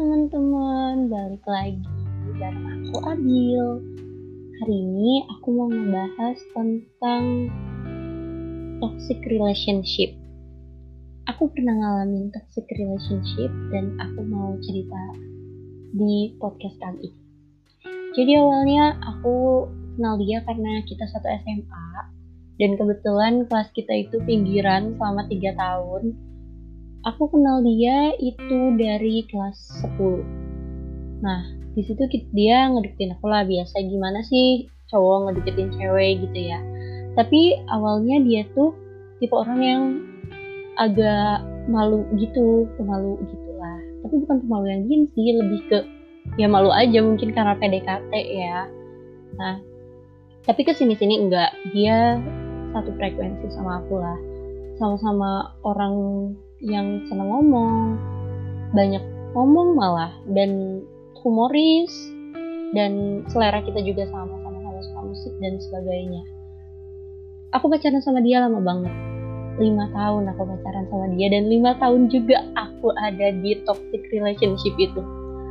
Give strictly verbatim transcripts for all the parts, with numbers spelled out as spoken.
teman-teman, balik lagi bareng aku Abil. Hari ini aku mau ngebahas tentang toxic relationship. Aku pernah ngalamin toxic relationship dan aku mau cerita di podcast kali ini. Jadi awalnya aku kenal dia karena kita satu S M A dan kebetulan kelas kita itu pinggiran selama tiga tahun. Aku kenal dia itu dari kelas sepuluh. Nah, di situ dia ngedeketin aku lah, biasa gimana sih cowok ngedeketin cewek gitu ya. Tapi awalnya dia tuh tipe orang yang agak malu gitu, pemalu gitulah. Tapi bukan pemalu yang gini sih, lebih ke ya malu aja mungkin karena P D K T ya. Nah, tapi kesini-sini enggak, dia satu frekuensi sama aku lah. Sama-sama orang yang seneng ngomong, banyak ngomong malah, dan humoris, dan selera kita juga sama-sama suka musik dan sebagainya. Aku pacaran sama dia lama banget, lima tahun aku pacaran sama dia, dan lima tahun juga aku ada di toxic relationship itu.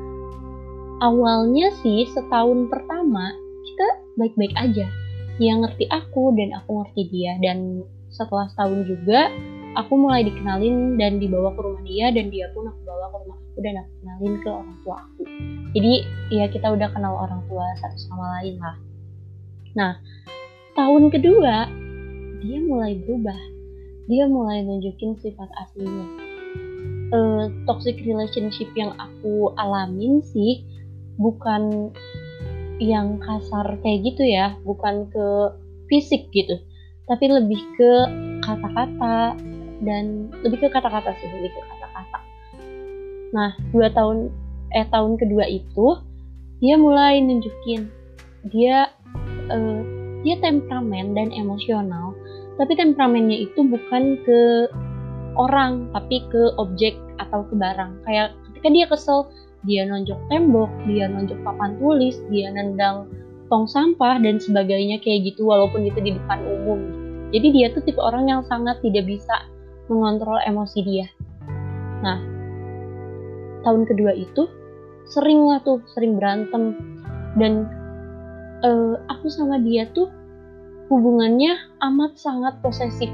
Awalnya sih setahun pertama kita baik-baik aja, dia ngerti aku dan aku ngerti dia, dan setelah setahun juga aku mulai dikenalin dan dibawa ke rumah dia, dan dia pun aku bawa ke rumah aku dan aku kenalin ke orang tua aku. Jadi ya kita udah kenal orang tua satu sama lain lah. Nah, tahun kedua dia mulai berubah. Dia mulai nunjukin sifat aslinya. Uh, toxic relationship yang aku alamin sih bukan yang kasar kayak gitu ya, bukan ke fisik gitu, tapi lebih ke kata-kata, dan lebih ke kata-kata sih, lebih ke kata-kata. Nah, dua tahun eh tahun kedua itu dia mulai nunjukin dia eh, dia temperamen dan emosional, tapi temperamennya itu bukan ke orang, tapi ke objek atau ke barang. Kayak ketika dia kesel, dia nonjok tembok, dia nonjok papan tulis, dia nendang tong sampah dan sebagainya kayak gitu, walaupun itu di depan umum. Jadi dia tuh tipe orang yang sangat tidak bisa mengontrol emosi dia. Nah, tahun kedua itu sering lah tuh, sering berantem, dan uh, aku sama dia tuh hubungannya amat sangat posesif.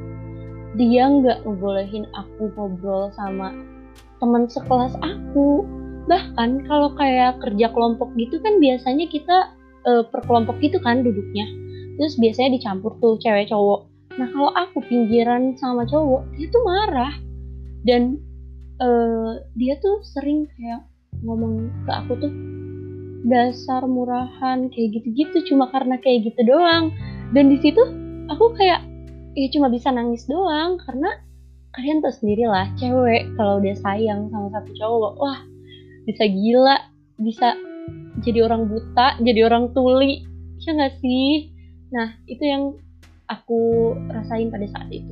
Dia nggak ngebolehin aku ngobrol sama teman sekelas aku. Bahkan kalau kayak kerja kelompok gitu kan biasanya kita uh, per kelompok gitu kan duduknya, terus biasanya dicampur tuh cewek cowok. Nah, kalau aku pinggiran sama cowok, dia tuh marah. Dan uh, dia tuh sering kayak ngomong ke aku tuh, dasar murahan, kayak gitu-gitu, cuma karena kayak gitu doang. Dan di situ aku kayak, ya cuma bisa nangis doang, karena kalian tahu sendiri lah, cewek kalau udah sayang sama satu cowok, wah bisa gila, bisa jadi orang buta, jadi orang tuli, ya nggak sih? Nah, itu yang aku rasain pada saat itu.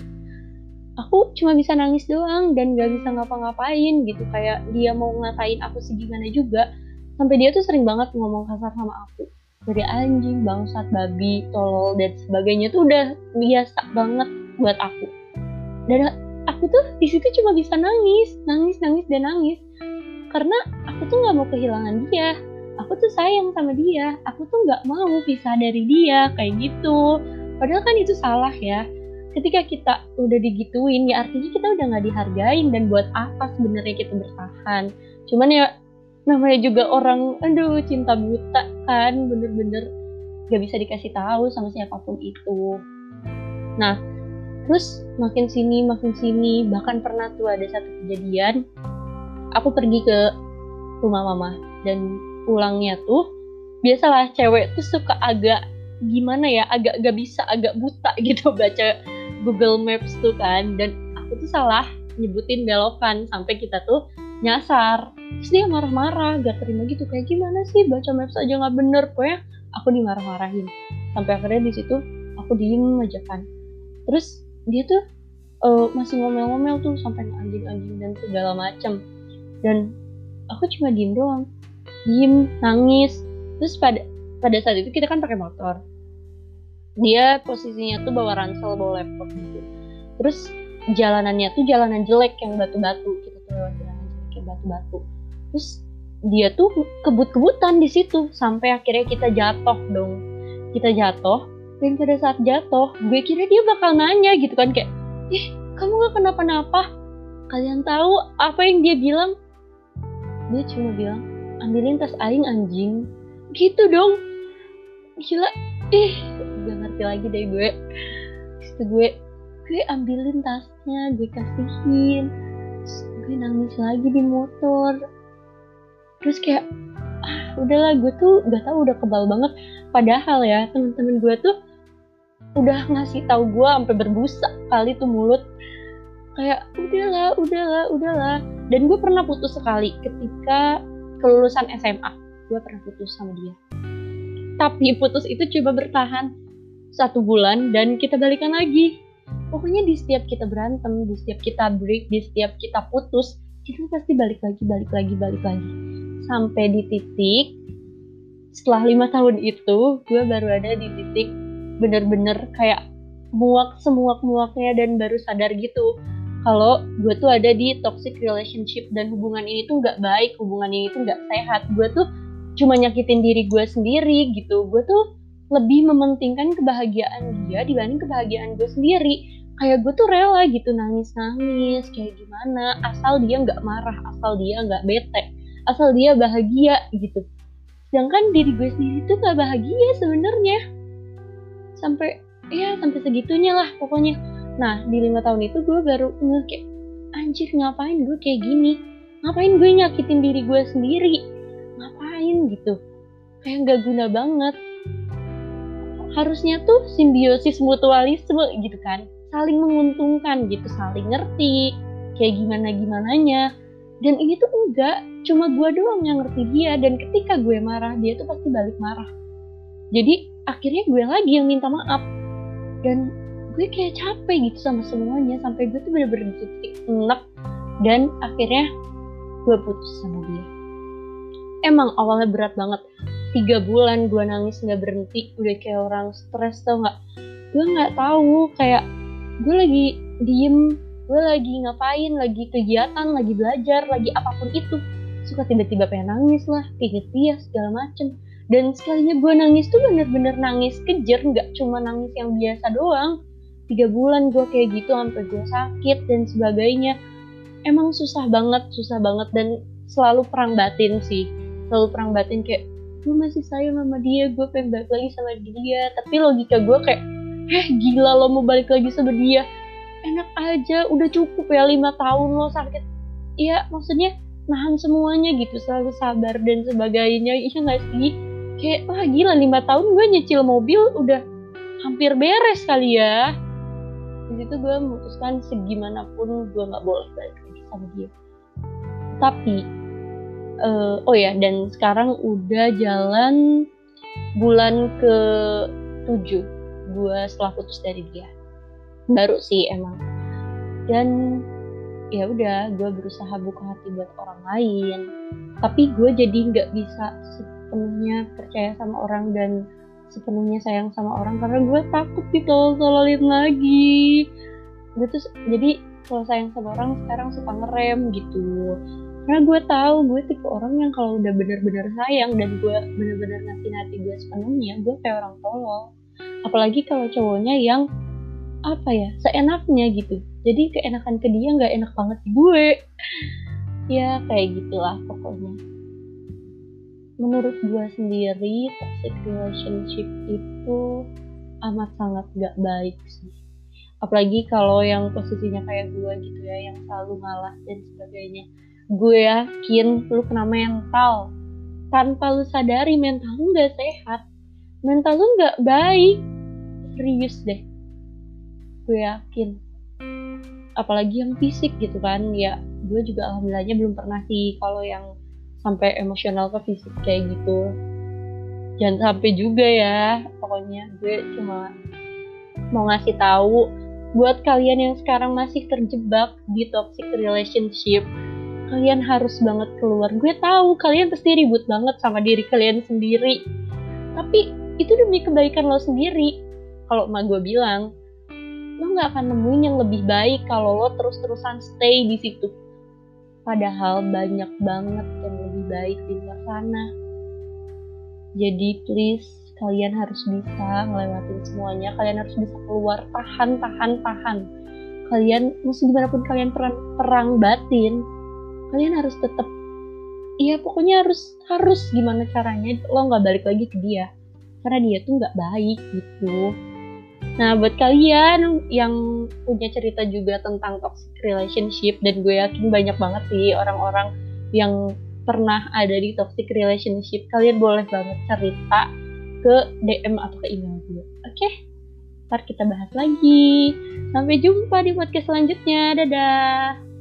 Aku cuma bisa nangis doang dan gak bisa ngapa-ngapain gitu. Kayak dia mau ngatain aku segimana juga, sampai dia tuh sering banget ngomong kasar sama aku, dari anjing, bangsat, babi, tolol, dan sebagainya tuh udah biasa banget buat aku. Dan aku tuh di situ cuma bisa nangis, nangis, nangis, dan nangis, karena aku tuh gak mau kehilangan dia. Aku tuh sayang sama dia, aku tuh gak mau pisah dari dia, kayak gitu. Padahal kan itu salah ya. Ketika kita udah digituin, ya artinya kita udah gak dihargain, dan buat apa sebenarnya kita bertahan. Cuman ya namanya juga orang, aduh, cinta buta kan, bener-bener gak bisa dikasih tahu sama siapapun itu. Nah, terus makin sini, makin sini, bahkan pernah tuh ada satu kejadian, aku pergi ke rumah mama, dan pulangnya tuh, biasalah cewek tuh suka agak gimana ya, agak gak bisa, agak buta gitu baca Google Maps tuh kan, dan aku tuh salah nyebutin belokan sampai kita tuh nyasar. Terus dia marah-marah, gak terima gitu, kayak gimana sih baca maps aja gak bener. Pokoknya aku dimarah-marahin, sampai akhirnya di situ aku diem aja kan. Terus dia tuh uh, masih ngomel-ngomel tuh sampai anjing-anjing dan segala macem, dan aku cuma diem doang, diem, nangis. Terus pada pada saat itu kita kan pakai motor, dia posisinya tuh bawa ransel, bawa laptop gitu. Terus jalanannya tuh jalanan jelek yang batu-batu, kita tuh lewat jalanan jelek yang batu-batu. Terus dia tuh kebut-kebutan di situ sampai akhirnya kita jatuh dong. Kita jatuh dan pada saat jatuh gue kira dia bakal nanya gitu kan, kayak, "Eh, kamu gak kenapa-napa?" Kalian tahu apa yang dia bilang? Dia cuma bilang, "Ambilin tas aing anjing." Gitu dong. Gila. Ih, gak ngerti lagi deh gue. Terus gue gue ambilin tasnya, gue kasihin. Terus gue nangis lagi di motor. Terus kayak, ah udahlah, gue tuh gak tahu udah kebal banget. Padahal ya teman-teman gue tuh udah ngasih tahu gue sampai berbusa kali tuh mulut. Kayak udahlah, udahlah, udahlah. Dan gue pernah putus sekali ketika kelulusan S M A. Gue pernah putus sama dia. Tapi putus itu coba bertahan satu bulan dan kita balikan lagi. Pokoknya di setiap kita berantem, di setiap kita break, di setiap kita putus, kita pasti balik lagi, balik lagi, balik lagi. Sampai di titik setelah lima tahun itu, gue baru ada di titik bener-bener kayak muak semuak-muaknya dan baru sadar gitu kalau gue tuh ada di toxic relationship dan hubungan ini tuh nggak baik, hubungan ini tuh nggak sehat. Gue tuh cuma nyakitin diri gue sendiri gitu. Gue tuh lebih mementingkan kebahagiaan dia dibanding kebahagiaan gue sendiri. Kayak gue tuh rela gitu nangis-nangis kayak gimana, asal dia nggak marah, asal dia nggak bete, asal dia bahagia gitu. Sedangkan diri gue sendiri tuh nggak bahagia sebenarnya. Sampai ya sampai segitunya lah pokoknya. Nah di lima tahun itu gue baru ngeh kayak, anjir ngapain gue kayak gini, ngapain gue nyakitin diri gue sendiri, ngapain gitu, kayak nggak guna banget. Harusnya tuh simbiosis mutualisme gitu kan, saling menguntungkan gitu, saling ngerti kayak gimana gimananya. Dan ini tuh enggak, cuma gue doang yang ngerti dia, dan ketika gue marah dia tuh pasti balik marah. Jadi akhirnya gue lagi yang minta maaf. Dan gue kayak capek gitu sama semuanya, sampai gue tuh bener-bener titik enak. Dan akhirnya gue putus sama dia. Emang awalnya berat banget, tiga bulan gue nangis gak berhenti, udah kayak orang stres tau gak. Gue gak tahu, kayak gue lagi diem, gue lagi ngapain, lagi kegiatan, lagi belajar, lagi apapun itu, suka tiba-tiba pengen nangis lah, keinget dia segala macem. Dan sekalinya gue nangis tuh bener-bener nangis kejer, gak cuma nangis yang biasa doang. Tiga bulan gue kayak gitu sampai gue sakit dan sebagainya. Emang susah banget, susah banget, dan selalu perang batin sih. Selalu perang batin kayak, gue masih sayang sama dia, gue pengen balik lagi sama dia. Tapi logika gue kayak, eh gila lo mau balik lagi sama dia, enak aja, udah cukup ya lima tahun lo sakit. Iya maksudnya nahan semuanya gitu, selalu sabar dan sebagainya. Iya gak sih? Kayak wah gila, lima tahun gue nyicil mobil udah hampir beres kali ya. Di situ gue memutuskan segimanapun gue nggak boleh balik lagi sama dia. Tapi uh, oh ya, dan sekarang udah jalan bulan ke tujuh gue setelah putus dari dia. Baru sih emang. Dan ya udah, gue berusaha buka hati buat orang lain. Tapi gue jadi nggak bisa sepenuhnya percaya sama orang dan sepenuhnya sayang sama orang karena gue takut ditolol-tololin lagi. Gue tuh jadi kalau sayang sama orang sekarang suka ngerem gitu. Karena gue tahu gue tipe orang yang kalau udah bener-bener sayang dan gue bener-bener ngasih hati gue sepenuhnya, gue kayak orang tolol. Apalagi kalau cowoknya yang apa ya, seenaknya gitu. Jadi keenakan ke dia nggak enak banget di gue. Ya kayak gitulah pokoknya. Menurut gue sendiri, toxic relationship itu amat sangat gak baik sih. Apalagi kalau yang posisinya kayak gue gitu ya, yang selalu ngalah dan sebagainya. Gue yakin lu kena mental. Tanpa lu sadari, mental lu gak sehat. Mental lu gak baik. Serius deh. Gue yakin. Apalagi yang fisik gitu kan. Ya gue juga alhamdulillahnya belum pernah sih kalau yang sampai emosional ke fisik kayak gitu. Jangan sampai juga ya. Pokoknya gue cuma mau ngasih tahu buat kalian yang sekarang masih terjebak di toxic relationship, kalian harus banget keluar. Gue tahu kalian pasti ribut banget sama diri kalian sendiri, tapi itu demi kebaikan lo sendiri. Kalau emak gue bilang, lo nggak akan nemuin yang lebih baik kalau lo terus-terusan stay di situ. Padahal banyak banget yang baik di luar sana. Jadi please, kalian harus bisa ngelewatin semuanya. Kalian harus bisa keluar, tahan, tahan, tahan. Kalian, mesti gimana pun kalian perang, perang batin, kalian harus tetap, iya pokoknya harus harus gimana caranya lo nggak balik lagi ke dia, karena dia tuh nggak baik gitu. Nah, buat kalian yang punya cerita juga tentang toxic relationship, dan gue yakin banyak banget sih orang-orang yang pernah ada di toxic relationship, kalian boleh banget cerita ke D M atau ke email gue. Oke? Okay? Ntar kita bahas lagi. Sampai jumpa di podcast selanjutnya. Dadah!